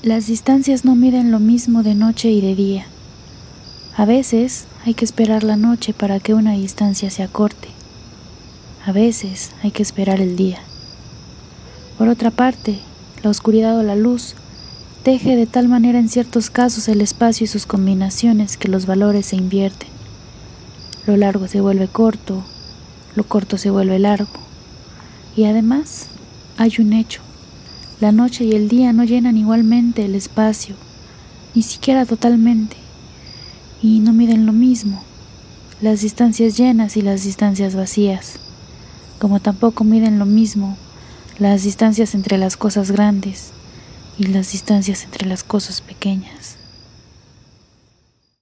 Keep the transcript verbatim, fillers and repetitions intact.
Las distancias no miden lo mismo de noche y de día. A veces hay que esperar la noche para que una distancia se acorte. A veces hay que esperar el día. Por otra parte, la oscuridad o la luz teje de tal manera en ciertos casos el espacio y sus combinaciones que los valores se invierten. Lo largo se vuelve corto, lo corto se vuelve largo. Y además, hay un hecho. La noche y el día no llenan igualmente el espacio, ni siquiera totalmente, y no miden lo mismo, las distancias llenas y las distancias vacías, como tampoco miden lo mismo las distancias entre las cosas grandes y las distancias entre las cosas pequeñas.